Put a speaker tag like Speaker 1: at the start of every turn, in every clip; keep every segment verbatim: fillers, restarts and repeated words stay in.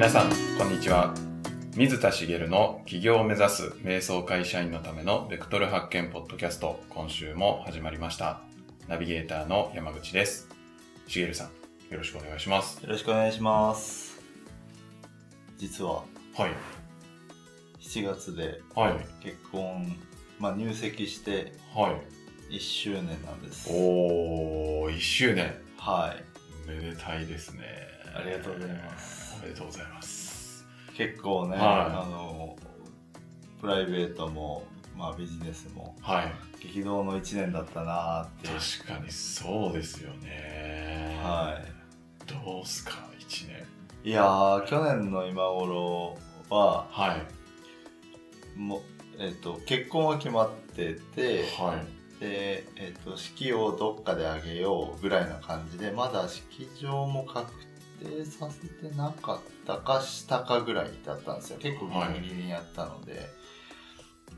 Speaker 1: 皆さんこんにちは。水田茂の起業を目指す瞑想会社員のためのベクトル発見ポッドキャスト、今週も始まりました。ナビゲーターの山口です。茂さん、よろしくお願いします。
Speaker 2: よろしくお願いします。実は
Speaker 1: はい
Speaker 2: しちがつで
Speaker 1: はい
Speaker 2: 結婚、まあ、入籍して
Speaker 1: はい
Speaker 2: いっしゅうねんなんです。
Speaker 1: おー、いっしゅうねん。
Speaker 2: はい。
Speaker 1: おめでたいですね。
Speaker 2: ありがとうございます。
Speaker 1: おめでとうございます。
Speaker 2: 結構ね、
Speaker 1: はい、
Speaker 2: あのプライベートも、まあ、ビジネスも、
Speaker 1: はい、
Speaker 2: 激動のいちねんだったなって。
Speaker 1: 確かにそうですよね。
Speaker 2: はい。
Speaker 1: どうすかいちね
Speaker 2: ん。いやー、去年の今頃は、
Speaker 1: はい、
Speaker 2: もえっと結婚は決まってて、
Speaker 1: はい、
Speaker 2: で、えっと式をどっかであげようぐらいな感じで、まだ式場も確定させてなかったかしたかぐらいだったんですよ。結構ギリギリにやったので、はい、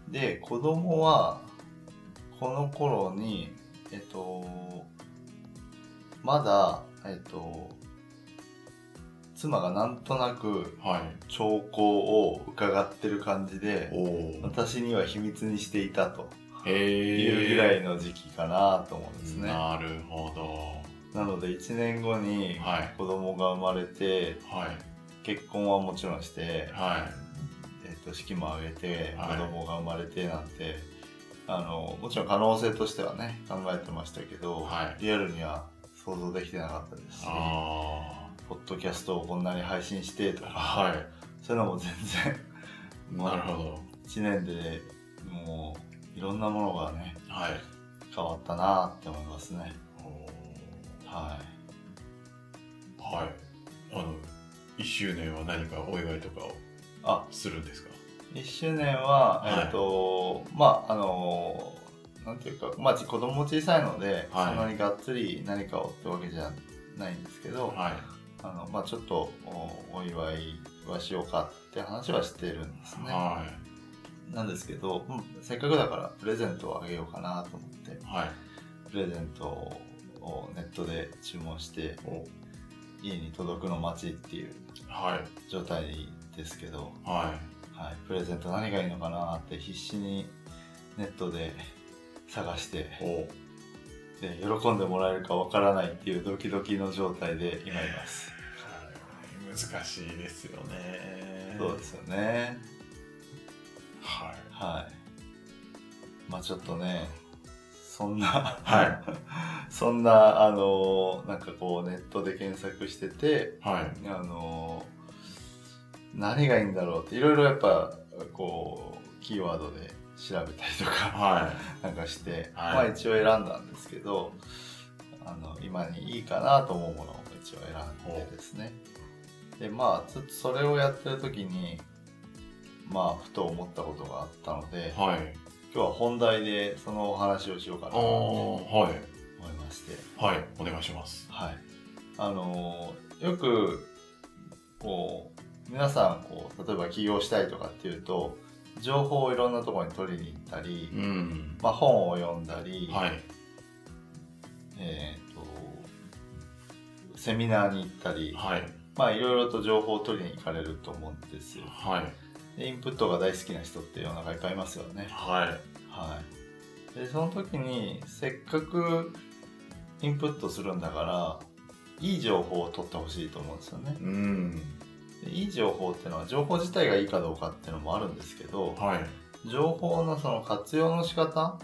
Speaker 2: で子供はこの頃にえっとまだえっと妻がなんとなく兆候を伺ってる感じで、はい、私には秘密にしていたというぐらいの時期かなと思うんですね。
Speaker 1: なるほど。
Speaker 2: なのでいちねんごに子供が生まれて、はい、結婚はもちろんして、はい、えー、と式も挙げて子供が生まれてなんて、はい、あのもちろん可能性としてはね考えてましたけど、はい、リアルには想像できてなかったですし、あポッドキャストをこんなに配信してとか、はい、そういうのも全然
Speaker 1: なるほど
Speaker 2: いちねんでもういろんなものがね、はい、変わったなって思いますね。はい、
Speaker 1: はい、あのいっしゅうねんは何かお祝いとかをするんですか？
Speaker 2: いっしゅうねんは、はい、えっとまああのなんていうか、まあ子供も小さいので、はい、そんなにがっつり何かをってわけじゃないんですけど、はい、あのまあちょっと お, お祝いはしようかって話はしてるんですね。はい、なんですけど、うん、せっかくだからプレゼントをあげようかなと思って、はい、プレゼントををネットで注文して家に届くの待ちっていう状態ですけど、はいはい、プレゼント何がいいのかなって必死にネットで探してで喜んでもらえるかわからないっていうドキドキの状態で今います。
Speaker 1: 難しいですよね。
Speaker 2: そうですよね。
Speaker 1: はい
Speaker 2: はい。まあちょっとねそんな、
Speaker 1: はい、
Speaker 2: そんなあのなんかこうネットで検索してて、はい、あの何がいいんだろうっていろいろやっぱこうキーワードで調べたりとか、はい、なんかして、はい、まあ一応選んだんですけど、あの今にいいかなと思うものを一応選んでですね。でまあちょっとそれをやってる時にまあふと思ったことがあったので。はい、今日は本題でそのお話をしようかなと思いまして、
Speaker 1: はい、はい、お願いします。
Speaker 2: はい、あのよくこう皆さんこう例えば起業したいとかっていうと情報をいろんなところに取りに行ったり、うん、まあ、本を読んだり、はい、えーとセミナーに行ったり、はい、まあいろいろと情報を取りに行かれると思うんですよ。はい、インプットが大好きな人って世の中いっぱいいますよね。はいはい。でその時にせっかくインプットするんだからいい情報を取ってほしいと思うんですよね。うん。でいい情報っていうのは情報自体がいいかどうかっていうのもあるんですけど、はい、情報のその活用の仕方、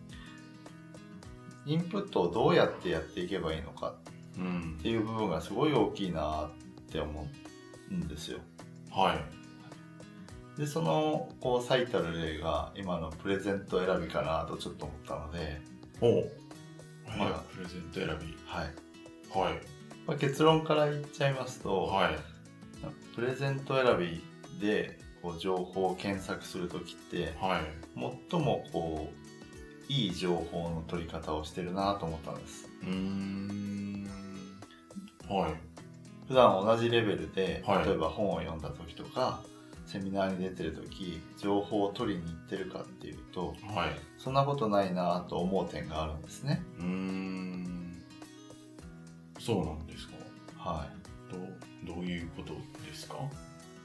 Speaker 2: インプットをどうやってやっていけばいいのかっていう部分がすごい大きいなって思うんですよ。はい。でそのこう最たる例が今のプレゼント選びかなとちょっと思ったので、
Speaker 1: お、まあ、プレゼント選び、
Speaker 2: はいはい、まあ、結論から言っちゃいますと、はい、プレゼント選びでこう情報を検索するときって、はい、最もこういい情報の取り方をしてるなと思ったんです。うーん、はい、普段同じレベルで、はい、例えば本を読んだときとかセミナーに出てるとき情報を取りに行ってるかっていうと、はい、そんなことないなと思う点があるんですね。
Speaker 1: うーん、そうなんですか。はい。どう、どういうことですか？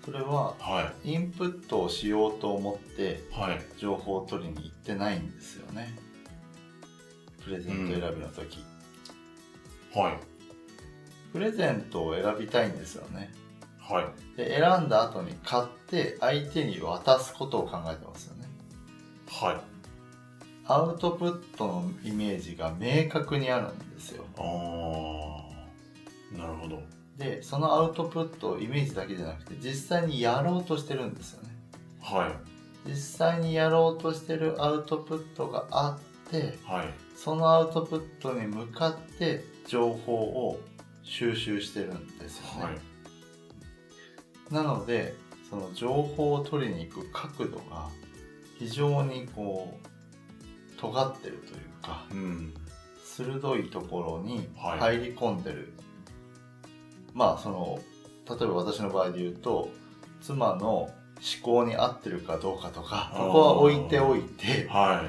Speaker 2: それは、
Speaker 1: はい、
Speaker 2: インプットをしようと思って
Speaker 1: はい、
Speaker 2: 情報を取りに行ってないんですよね。プレゼント選びの時、
Speaker 1: うん、はい、
Speaker 2: プレゼントを選びたいんですよね。
Speaker 1: はい、
Speaker 2: で選んだ後に買って相手に渡すことを考えてますよね。
Speaker 1: はい。
Speaker 2: アウトプットのイメージが明確にあるんですよ。
Speaker 1: ああ、なるほど。
Speaker 2: でそのアウトプットをイメージだけじゃなくて実際にやろうとしてるんですよね。
Speaker 1: はい。
Speaker 2: 実際にやろうとしてるアウトプットがあって、
Speaker 1: はい。
Speaker 2: そのアウトプットに向かって情報を収集してるんですよね。はい、なのでその情報を取りに行く角度が非常にこう尖ってるというか、うん、鋭いところに入り込んでる、はい、まあその例えば私の場合で言うと妻の思考に合ってるかどうかとかそこは置いておいて、はい、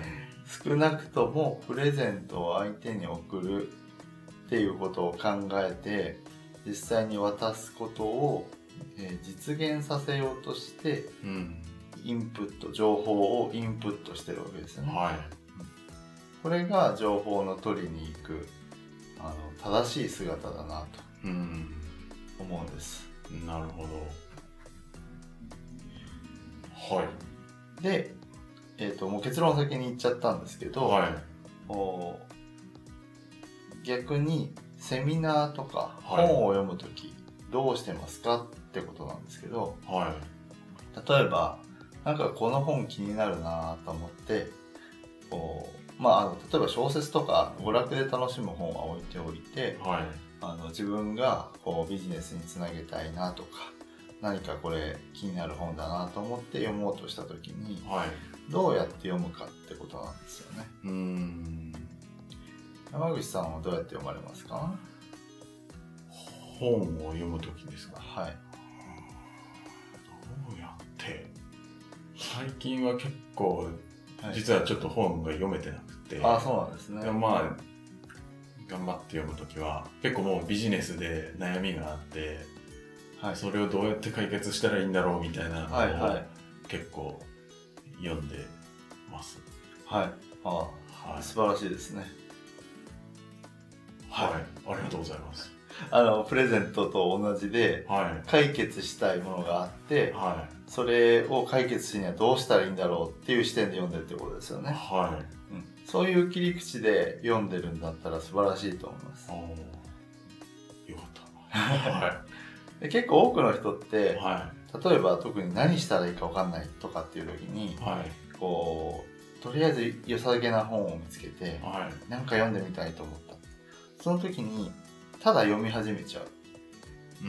Speaker 2: 少なくともプレゼントを相手に送るっていうことを考えて実際に渡すことを、えー、実現させようとして、うん、インプット情報をインプットしてるわけですよね、はい、これが情報の取りに行くあの正しい姿だなと思うんです、
Speaker 1: うん、なるほど。はい。
Speaker 2: で、えーと、もう結論先に言っちゃったんですけど、はい、逆にセミナーとか本を読むときどうしてますかってことなんですけど、はい、例えばなんかこの本気になるなと思ってこう、まあ、あの例えば小説とか娯楽で楽しむ本は置いておいて、はい、あの自分がこうビジネスにつなげたいなとか何かこれ気になる本だなと思って読もうとした時に、はい、どうやって読むかってことなんですよね。うーん、山口さんはどうやって読まれますか？
Speaker 1: 本を読む時ですか？
Speaker 2: はい。
Speaker 1: どうやって最近は結構実はちょっと本が読めてなくて、
Speaker 2: はい、あ、そうなんですね。
Speaker 1: まあ頑張って読む時は結構もうビジネスで悩みがあって、はい、それをどうやって解決したらいいんだろうみたいなのを結構読んでます。
Speaker 2: はい、あ、はい、素晴らしいですね。
Speaker 1: はい、はい、ありがとうございます。
Speaker 2: あのプレゼントと同じで、はい、解決したいものがあって、はい、それを解決するにはどうしたらいいんだろうっていう視点で読んでるってことですよね。はい、うん、そういう切り口で読んでるんだったら素晴らしいと思います。
Speaker 1: よかった。はい
Speaker 2: で結構多くの人って、はい、例えば特に何したらいいか分かんないとかっていう時に、はい、こうとりあえず良さげな本を見つけて、はい、なんか読んでみたいと思った。その時にただ読み始めちゃう、うん、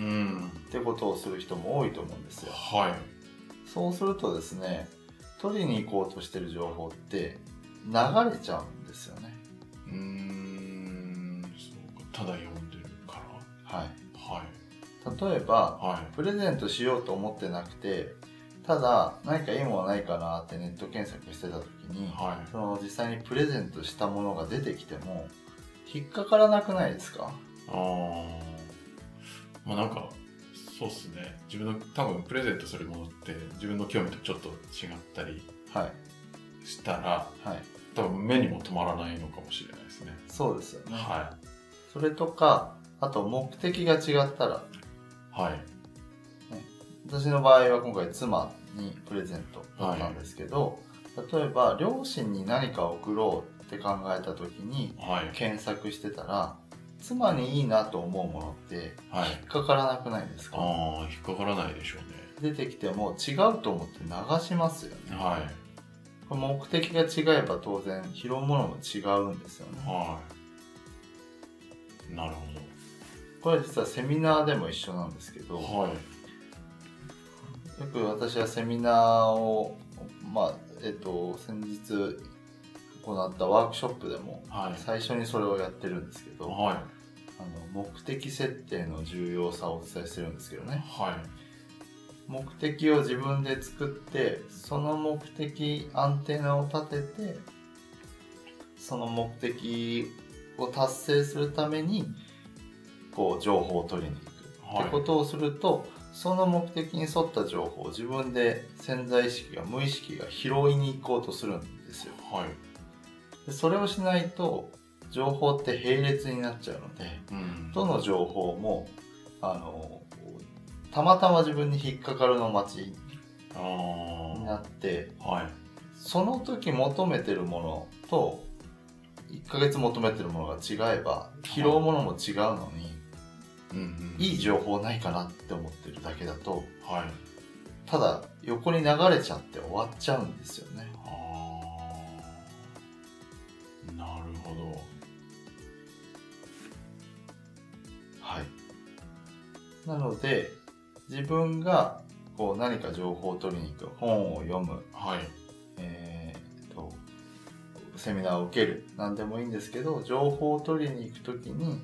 Speaker 2: ってことをする人も多いと思うんですよ。はい、そうするとですね、取りに行こうとしてる情報って流れちゃうんですよね。
Speaker 1: うーん、そうか、ただ読んでるから。はい、はい、
Speaker 2: 例えば、はい、プレゼントしようと思ってなくてただ何かいいものないかなってネット検索してた時に、はい、その実際にプレゼントしたものが出てきても引っかからなくないですか？
Speaker 1: ああ、まあなんかそうっすね。自分の多分プレゼントするものって自分の興味とちょっと違ったりしたら、はいはい、多分目にも留まらないのかもしれないですね。
Speaker 2: そうですよね。はい。それとかあと目的が違ったら、はい、ね、私の場合は今回妻にプレゼントだったんですけど、はい、例えば両親に何か送ろうって考えた時に検索してたら、はい、妻にいいなと思うものって引っかからなくないですか？
Speaker 1: はい、ああ、引っかからないでしょうね。
Speaker 2: 出てきても違うと思って流しますよね。はい。目的が違えば当然拾うものも違うんですよね。はい。
Speaker 1: なるほど。
Speaker 2: これ実はセミナーでも一緒なんですけど、はい、よく私はセミナーを、まあえっと、先日行ったワークショップでも最初にそれをやってるんですけど、はい、あの目的設定の重要さをお伝えしてるんですけどね、はい、目的を自分で作ってその目的アンテナを立ててその目的を達成するためにこう情報を取りに行く、はい、ってことをするとその目的に沿った情報を自分で潜在意識が無意識が拾いに行こうとするんですよ。
Speaker 1: はい、
Speaker 2: でそれをしないと情報って並列になっちゃうので、うん、どの情報もあのたまたま自分に引っかかるの待ちになって、はい、その時求めてるものといっかげつ求めてるものが違えば拾うものも違うのに、うんうん、いい情報ないかなって思ってるだけだと、はい、ただ横に流れちゃって終わっちゃうんですよね。
Speaker 1: あ、なるほど。
Speaker 2: はい。なので自分がこう何か情報を取りに行く、本を読む、はい、えー、とセミナーを受ける、何でもいいんですけど、情報を取りに行くときに、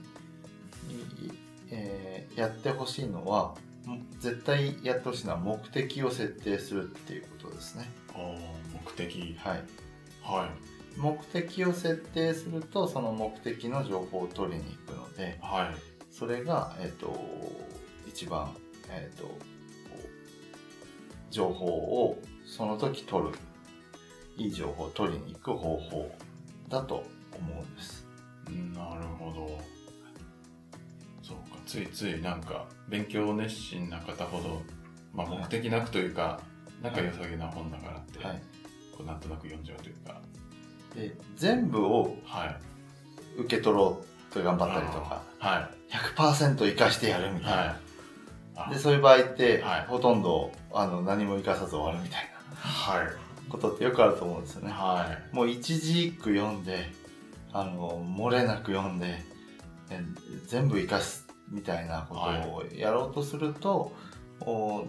Speaker 2: えー、やってほしいのは、絶対やってほしいのは目的を設定するっていうことですね。
Speaker 1: あ、目的。
Speaker 2: はい。
Speaker 1: はい。
Speaker 2: 目的を設定すると、その目的の情報を取りに行くので、はい、それが、えー、と一番、えー、と情報をその時取る、いい情報を取りに行く方法だと思うんです。
Speaker 1: なるほど。そうか、ついついなんか勉強熱心な方ほど、まあ、目的なくというか、はい、なんか良さげな本だからって、はい、こうなんとなく読んじゃうというか。
Speaker 2: で全部を受け取ろうと頑張ったりとか、はい、ひゃくパーセント 生かしてやるみたいな。はい、でそういう場合って、はい、ほとんどあの何も生かさず終わるみたいな、はい、ことってよくあると思うんですよね。はい、もう一字一句読んで、あの漏れなく読んで全部生かすみたいなことをやろうとすると、はい、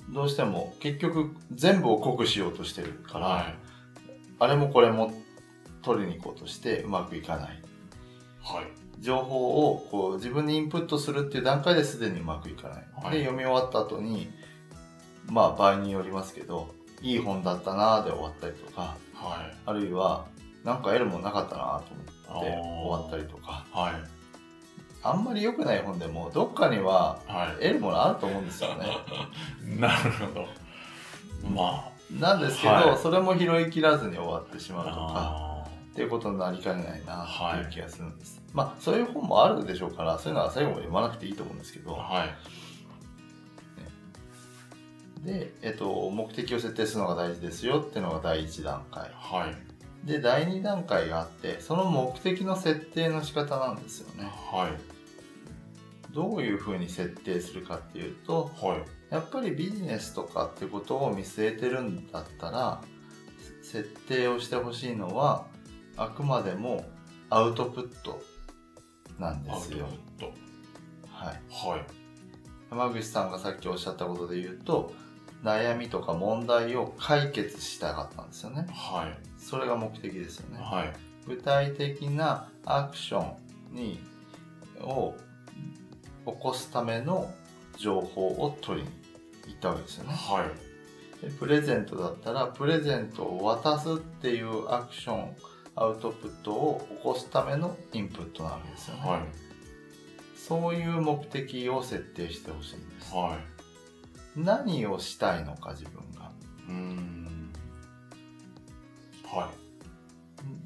Speaker 2: どうしても結局全部を濃くしようとしてるから、はい、あれもこれも取りに行こうとしてうまくいかない。はい、情報をこう自分にインプットするっていう段階ですでにうまくいかない、はい、で読み終わった後に、まあ場合によりますけど、いい本だったなーで終わったりとか、はい、あるいはなんか得るもんなかったなと思って終わったりとか、はい、あんまり良くない本でもどっかには得るものあると思うんですよね。
Speaker 1: なるほど。まあ
Speaker 2: なんですけど、はい、それも拾いきらずに終わってしまうとかっていうことになりかねないなっていう気がするんです。はい、まあそういう本もあるでしょうから、そういうのは最後まで読まなくていいと思うんですけど、はい、ね、で、えっと、目的を設定するのが大事ですよっていうのがだいいち段階、はい、でだいに段階があって、その目的の設定の仕方なんですよね。はい、どういうふうに設定するかっていうと、はい、やっぱりビジネスとかってことを見据えてるんだったら、設定をしてほしいのはあくまでもアウトプットなんですよ。アウトプット。はい。はい。山口さんがさっきおっしゃったことで言うと、悩みとか問題を解決したかったんですよね。はい。それが目的ですよね。はい。具体的なアクションにを起こすための情報を取りに行ったわけですよね。はい。でプレゼントだったらプレゼントを渡すっていうアクション、アウトプットを起こすためのインプットなわけですよね。はい。そういう目的を設定してほしいんです。はい。何をしたいのか、自分が。うーん。はい。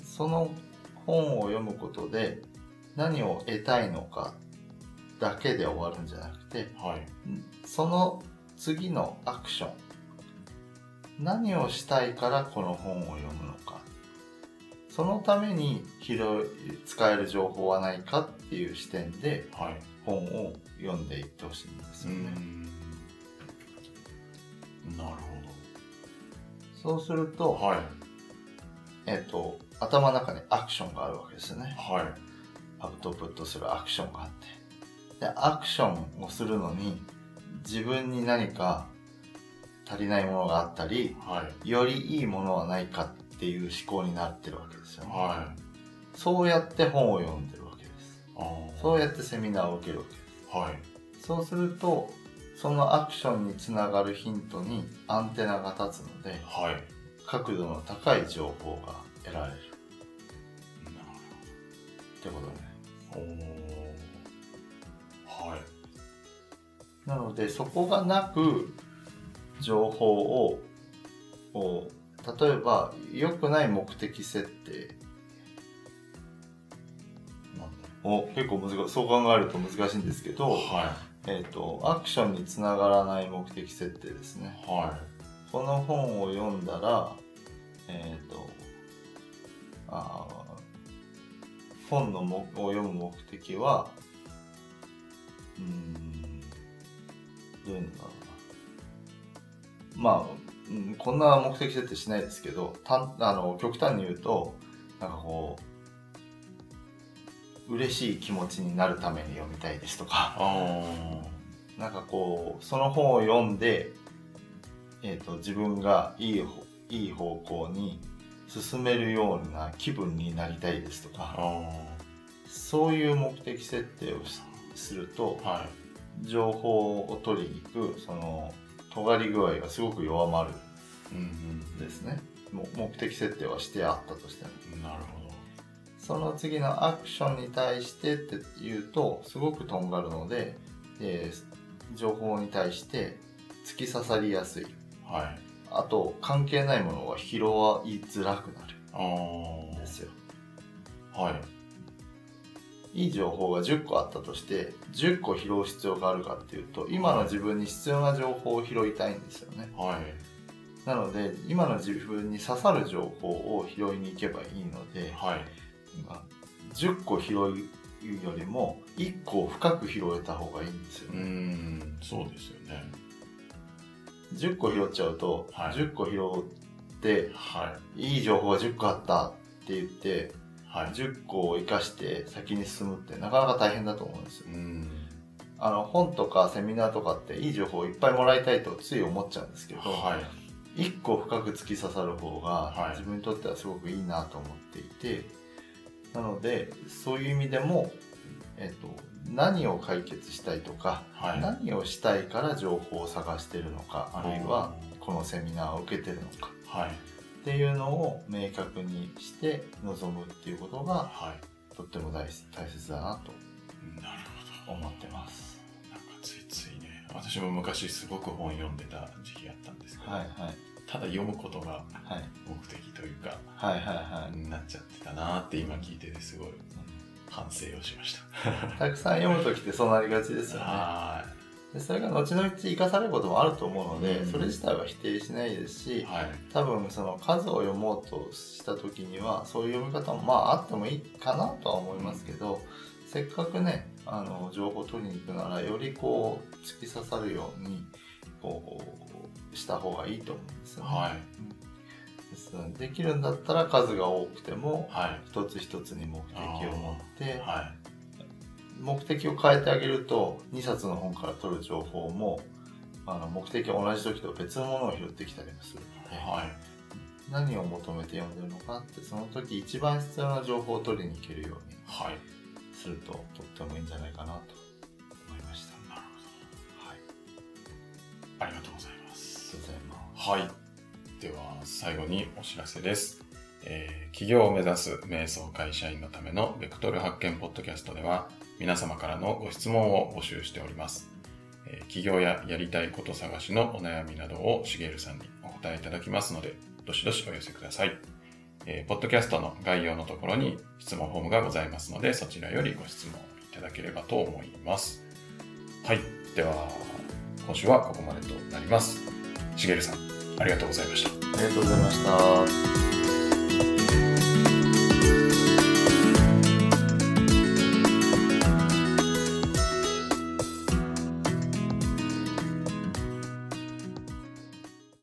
Speaker 2: その本を読むことで何を得たいのかだけで終わるんじゃなくて、はい、その次のアクション、何をしたいからこの本を読むのか、そのために広い使える情報はないかっていう視点で本を読んでいってほしいんですよね。
Speaker 1: なるほど。
Speaker 2: そうすると、はい、えっと頭の中にアクションがあるわけですよね。はい、アウトプットするアクションがあって、でアクションをするのに自分に何か足りないものがあったり、はい、よりいいものはないかっていう思考になってるわけですよね。はい、そうやって本を読んでるわけです。そうやってセミナーを受けるわけです。はい、そうするとそのアクションにつながるヒントにアンテナが立つので、はい、角度の高い情報が得られる。なるほど。ってことね。おー。はい。 なのでそこがなく情報をを例えば良くない目的設定を結構難しい、そう考えると難しいんですけど、はい、えーと、アクションにつながらない目的設定ですね。はい、この本を読んだら、えーと、あ本のもを読む目的はうーんどういうんだろうな、まあうん、こんな目的設定しないですけど、たあの極端に言うとなんかこう嬉しい気持ちになるために読みたいですとか、なんかこうその本を読んで、えーと、自分がいい、いい方向に進めるような気分になりたいですとか、そういう目的設定をすると、はい、情報を取りに行くその尖り具合がすごく弱まるんですね、うんうん、目的設定はしてあったとしても。なるほど。その次のアクションに対してっていうとすごくとんがるので、えー、情報に対して突き刺さりやすい、はい、あと関係ないものは拾いづらくなるんですよ。はい、いい情報がじゅっこあったとしてじゅっこ拾う必要があるかっていうと、今の自分に必要な情報を拾いたいんですよね。はい、なので今の自分に刺さる情報を拾いに行けばいいので、はい、じゅっこ拾うよりもいっこ深く拾えた方がいいんですよね。うーん、そうですよね。じゅっこ拾っちゃうと、はい、じゅっこ拾って、はい、いい情報がじゅっこあったって言って、はい、じゅっこを生かして先に進むってなかなか大変だと思うんですよ。うん、あの本とかセミナーとかっていい情報をいっぱいもらいたいとつい思っちゃうんですけど、はい、いっこ深く突き刺さる方が自分にとってはすごくいいなと思っていて、なのでそういう意味でも、えっと、何を解決したいとか、はい、何をしたいから情報を探してるのか、あるいはこのセミナーを受けてるのか、はい、っていうのを明確にして臨むっていうことが、はい、とっても大切だなと思ってます。
Speaker 1: なんかついついね、私も昔すごく本読んでた時期あったんですけど、はいはい、ただ読むことが目的というか、はいはいはいはい、になっちゃってたなって今聞いててすごい反省をしました。
Speaker 2: たくさん読むときってそうなりがちですよね。でそれが後々生かされることもあると思うので、うん、それ自体は否定しないですし、はい、多分その数を読もうとしたときにはそういう読み方もまああってもいいかなとは思いますけど、うん、せっかくねあの情報を取りに行くならよりこう突き刺さるようにこうした方がいいと思うんですよね。はい、ですので、できるんだったら数が多くても、はい、一つ一つに目的を持って、はい、目的を変えてあげるとにさつの本から取る情報もあの目的が同じ時と別のものを拾ってきたりもするので、はい、何を求めて読んでるのかってその時一番必要な情報を取りに行けるようにすると、はい、とってもいいんじゃないかなと思いました。なるほど、はい、
Speaker 1: ありがとうございます。ありがとうございます。はい、では最後にお知らせです。えー、起業を目指す瞑想会社員のためのベクトル発見ポッドキャストでは皆様からのご質問を募集しております。えー、起業ややりたいこと探しのお悩みなどをしげるさんにお答えいただきますので、どしどしお寄せください。えー、ポッドキャストの概要のところに質問フォームがございますので、そちらよりご質問いただければと思います。はい、では今週はここまでとなります。しげるさん、ありがとうございました。
Speaker 2: ありがとうございました。